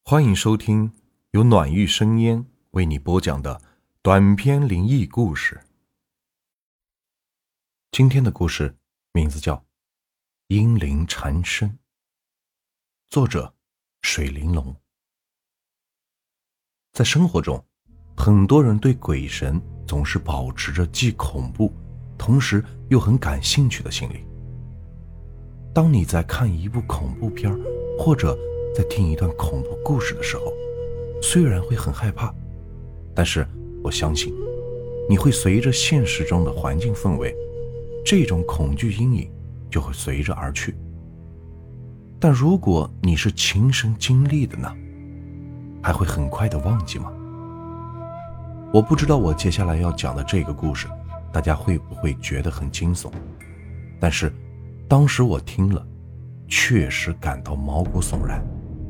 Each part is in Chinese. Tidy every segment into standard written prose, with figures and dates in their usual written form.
欢迎收听由暖玉生烟为你播讲的短篇灵异故事。今天的故事名字叫《阴灵缠身》，作者水玲珑。在生活中，很多人对鬼神总是保持着既恐怖同时又很感兴趣的心理。当你在看一部恐怖片或者在听一段恐怖故事的时候，虽然会很害怕，但是我相信你会随着现实中的环境氛围，这种恐惧阴影就会随着而去。但如果你是亲身经历的呢，还会很快的忘记吗？我不知道我接下来要讲的这个故事大家会不会觉得很惊悚，但是当时我听了确实感到毛骨悚然。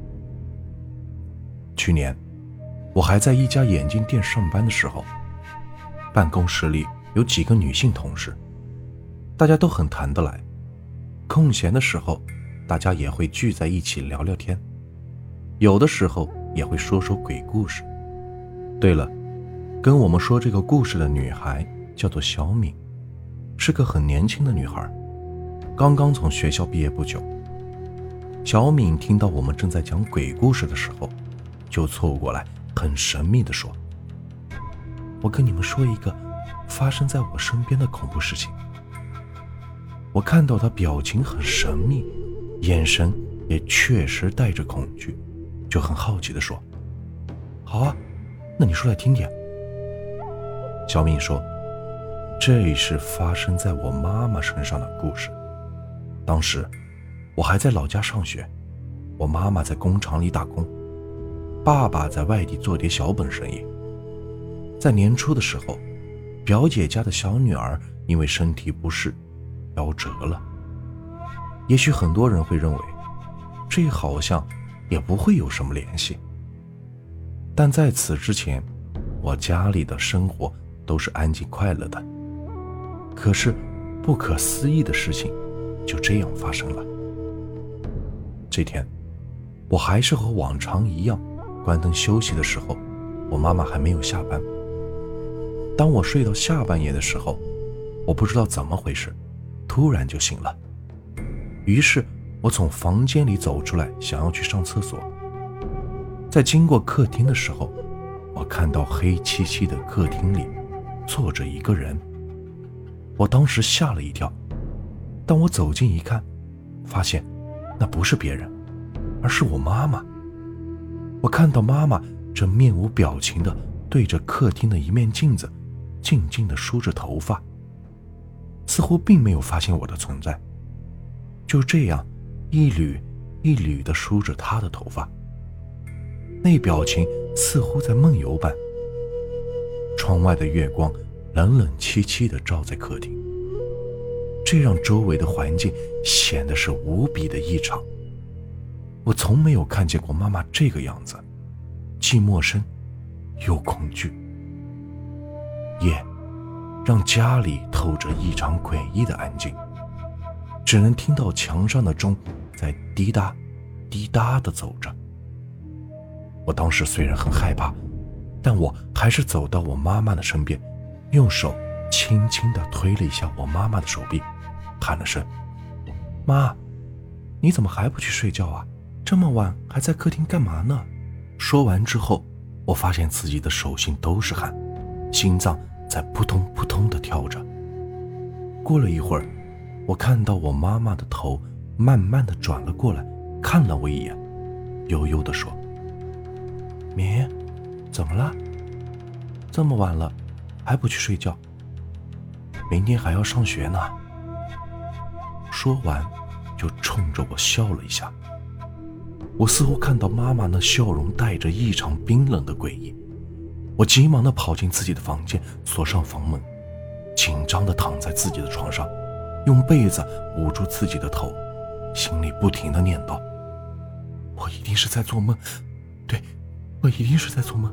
去年我还在一家眼镜店上班的时候，办公室里有几个女性同事，大家都很谈得来，空闲的时候大家也会聚在一起聊聊天，有的时候也会说说鬼故事。对了，跟我们说这个故事的女孩叫做小敏，是个很年轻的女孩，刚刚从学校毕业不久。小敏听到我们正在讲鬼故事的时候，就凑过来很神秘地说，我跟你们说一个发生在我身边的恐怖事情。我看到她表情很神秘，眼神也确实带着恐惧，就很好奇地说，好啊，那你说来听听。小敏说，这是发生在我妈妈身上的故事。当时我还在老家上学，我妈妈在工厂里打工，爸爸在外地做点小本生意。在年初的时候，表姐家的小女儿因为身体不适夭折了。也许很多人会认为这好像也不会有什么联系，但在此之前我家里的生活都是安静快乐的。可是不可思议的事情就这样发生了。这天我还是和往常一样关灯休息的时候，我妈妈还没有下班。当我睡到下半夜的时候，我不知道怎么回事，突然就醒了。于是我从房间里走出来，想要去上厕所。在经过客厅的时候，我看到黑漆漆的客厅里坐着一个人。我当时吓了一跳，当我走近一看，发现那不是别人，而是我妈妈。我看到妈妈正面无表情地对着客厅的一面镜子静静地梳着头发，似乎并没有发现我的存在，就这样一缕一缕地梳着她的头发，那表情似乎在梦游般。窗外的月光冷冷凄凄地照在客厅，这让周围的环境显得是无比的异常。我从没有看见过妈妈这个样子，既陌生又恐惧。夜让家里透着异常诡异的安静，只能听到墙上的钟在滴答滴答地走着。我当时虽然很害怕，但我还是走到我妈妈的身边，用手轻轻地推了一下我妈妈的手臂，喊了声，妈，你怎么还不去睡觉啊？这么晚还在客厅干嘛呢？说完之后，我发现自己的手心都是汗，心脏在扑通扑通地跳着。过了一会儿，我看到我妈妈的头慢慢地转了过来，看了我一眼，悠悠地说，敏，怎么了？这么晚了还不去睡觉？明天还要上学呢。说完就冲着我笑了一下。我似乎看到妈妈那笑容带着异常冰冷的诡异，我急忙地跑进自己的房间，锁上房门，紧张地躺在自己的床上，用被子捂住自己的头，心里不停地念叨，我一定是在做梦，对，我一定是在做梦。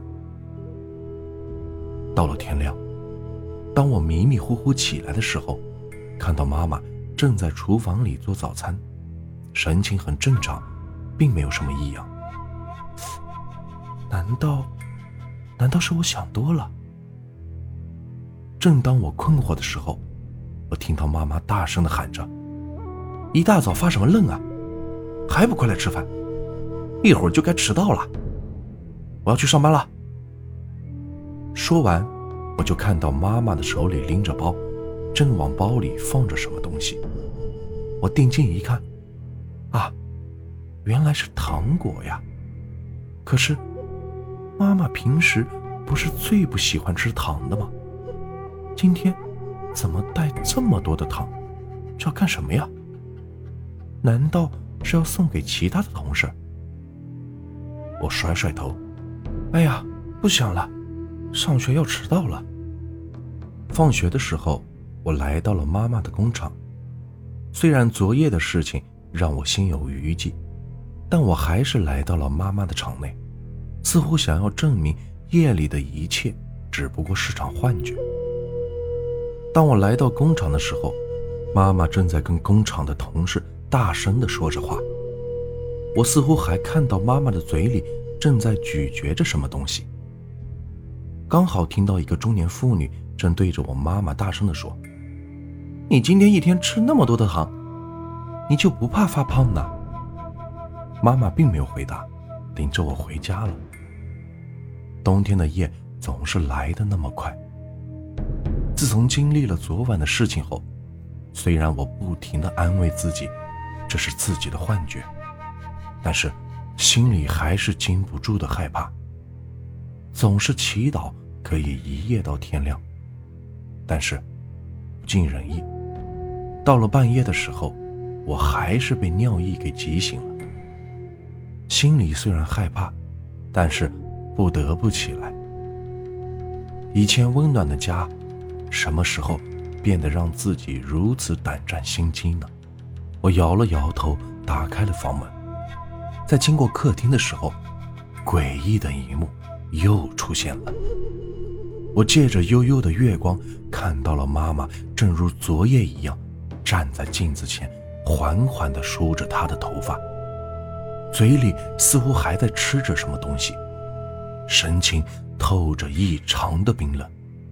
到了天亮，当我迷迷糊糊起来的时候，看到妈妈正在厨房里做早餐，神情很正常，并没有什么异样。 难道是我想多了？正当我困惑的时候，我听到妈妈大声地喊着：“一大早发什么愣啊？还不快来吃饭？一会儿就该迟到了，我要去上班了。”说完，我就看到妈妈的手里拎着包，正往包里放着什么东西。我定睛一看，啊，原来是糖果呀！可是妈妈平时不是最不喜欢吃糖的吗？今天怎么带这么多的糖？这要干什么呀？难道是要送给其他的同事？我甩甩头，哎呀，不想了，上学要迟到了。放学的时候，我来到了妈妈的工厂。虽然昨夜的事情让我心有余悸，但我还是来到了妈妈的厂内，似乎想要证明夜里的一切只不过是场幻觉。当我来到工厂的时候，妈妈正在跟工厂的同事大声地说着话，我似乎还看到妈妈的嘴里正在咀嚼着什么东西。刚好听到一个中年妇女正对着我妈妈大声地说：“你今天一天吃那么多的糖，你就不怕发胖呢？”妈妈并没有回答，领着我回家了。冬天的夜总是来得那么快。自从经历了昨晚的事情后，虽然我不停地安慰自己这是自己的幻觉，但是心里还是禁不住的害怕，总是祈祷可以一夜到天亮。但是不尽人意，到了半夜的时候，我还是被尿意给急醒了。心里虽然害怕，但是不得不起来。以前温暖的家，什么时候变得让自己如此胆战心惊呢？我摇了摇头，打开了房门。在经过客厅的时候，诡异的一幕又出现了。我借着幽幽的月光，看到了妈妈正如昨夜一样，站在镜子前，缓缓地梳着她的头发，嘴里似乎还在吃着什么东西，神情透着异常的冰冷。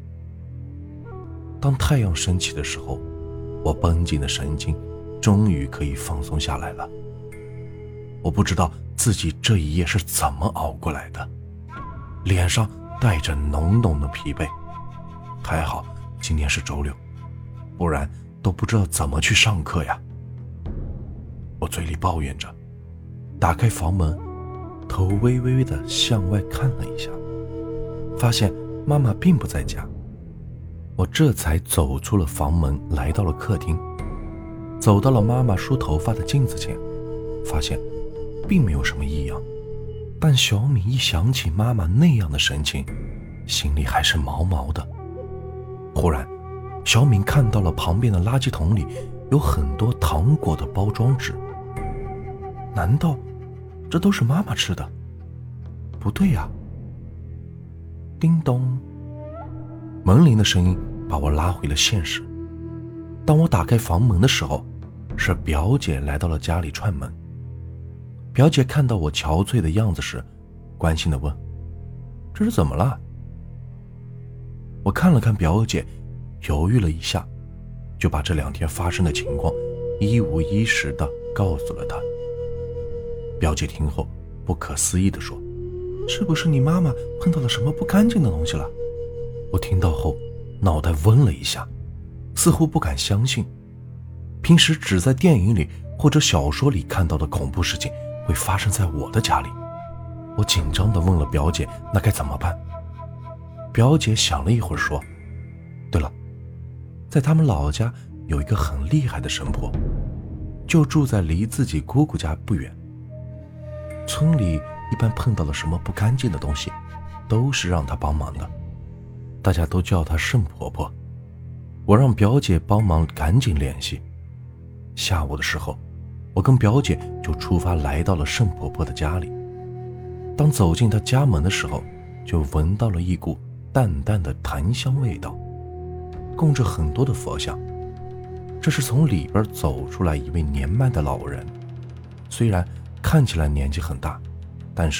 当太阳升起的时候，我绷紧的神经终于可以放松下来了。我不知道自己这一夜是怎么熬过来的，脸上带着浓浓的疲惫。还好今天是周六，不然都不知道怎么去上课呀。我嘴里抱怨着，打开房门，头微微地向外看了一下，发现妈妈并不在家。我这才走出了房门，来到了客厅，走到了妈妈梳头发的镜子前，发现并没有什么异样。但小敏一想起妈妈那样的神情，心里还是毛毛的。忽然，小敏看到了旁边的垃圾桶里有很多糖果的包装纸。难道这都是妈妈吃的？不对呀！叮咚，门铃的声音把我拉回了现实。当我打开房门的时候，是表姐来到了家里串门。表姐看到我憔悴的样子时，关心地问：“这是怎么了？”我看了看表姐，犹豫了一下，就把这2天发生的情况一五一十地告诉了她。表姐听后不可思议地说：“是不是你妈妈碰到了什么不干净的东西了？”我听到后脑袋嗡了一下，似乎不敢相信。平时只在电影里或者小说里看到的恐怖事情会发生在我的家里。我紧张地问了表姐，那该怎么办？表姐想了一会儿说：“对了，在他们老家有一个很厉害的神婆，就住在离自己姑姑家不远。村里一般碰到了什么不干净的东西，都是让她帮忙的，大家都叫她圣婆婆。”我让表姐帮忙赶紧联系。下午的时候，我跟表姐就出发来到了圣婆婆的家里。当走进她家门的时候，就闻到了一股淡淡的檀香味道，供着很多的佛像。这是从里边走出来一位年迈的老人，虽然看起来年纪很大，但是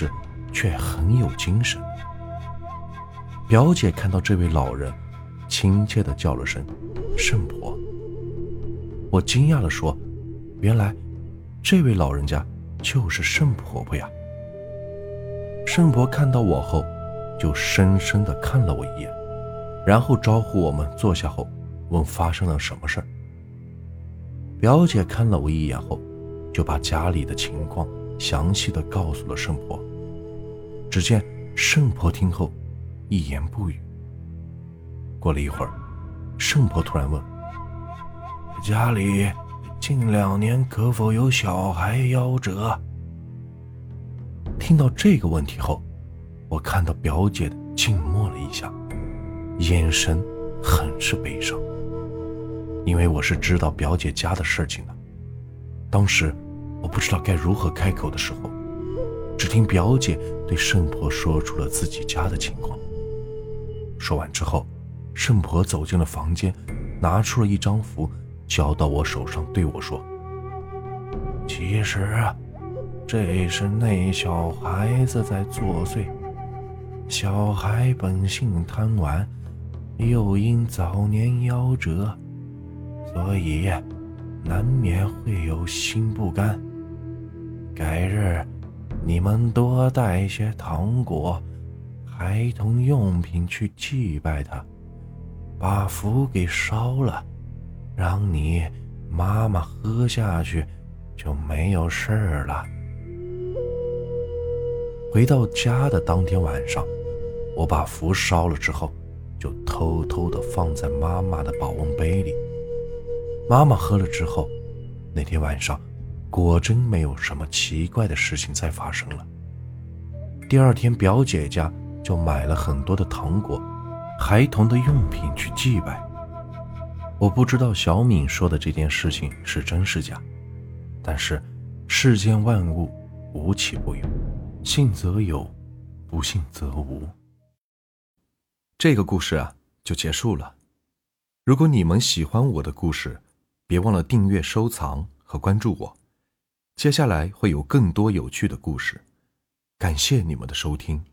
却很有精神。表姐看到这位老人，亲切地叫了声圣婆。我惊讶地说，原来这位老人家就是圣婆婆呀。圣婆看到我后，就深深地看了我一眼，然后招呼我们坐下后，问发生了什么事儿。表姐看了我一眼后，就把家里的情况详细地告诉了圣婆。只见圣婆听后一言不语。过了一会儿，圣婆突然问，家里近2年可否有小孩夭折？听到这个问题后，我看到表姐静默了一下，眼神很是悲伤。因为我是知道表姐家的事情的，当时我不知道该如何开口的时候，只听表姐对圣婆说出了自己家的情况。说完之后，圣婆走进了房间，拿出了一张符交到我手上，对我说，其实这是那小孩子在作祟。小孩本性贪玩，又因早年夭折，所以难免会有心不甘。改日你们多带些糖果、孩童用品去祭拜他，把符给烧了，让你妈妈喝下去，就没有事了。回到家的当天晚上，我把符烧了之后，就偷偷地放在妈妈的保温杯里。妈妈喝了之后，那天晚上果真没有什么奇怪的事情再发生了。第二天，表姐家就买了很多的糖果、孩童的用品去祭拜。我不知道小敏说的这件事情是真是假，但是世间万物无奇不有，信则有，不信则无。这个故事就结束了。如果你们喜欢我的故事，别忘了订阅、收藏和关注我。接下来会有更多有趣的故事。感谢你们的收听。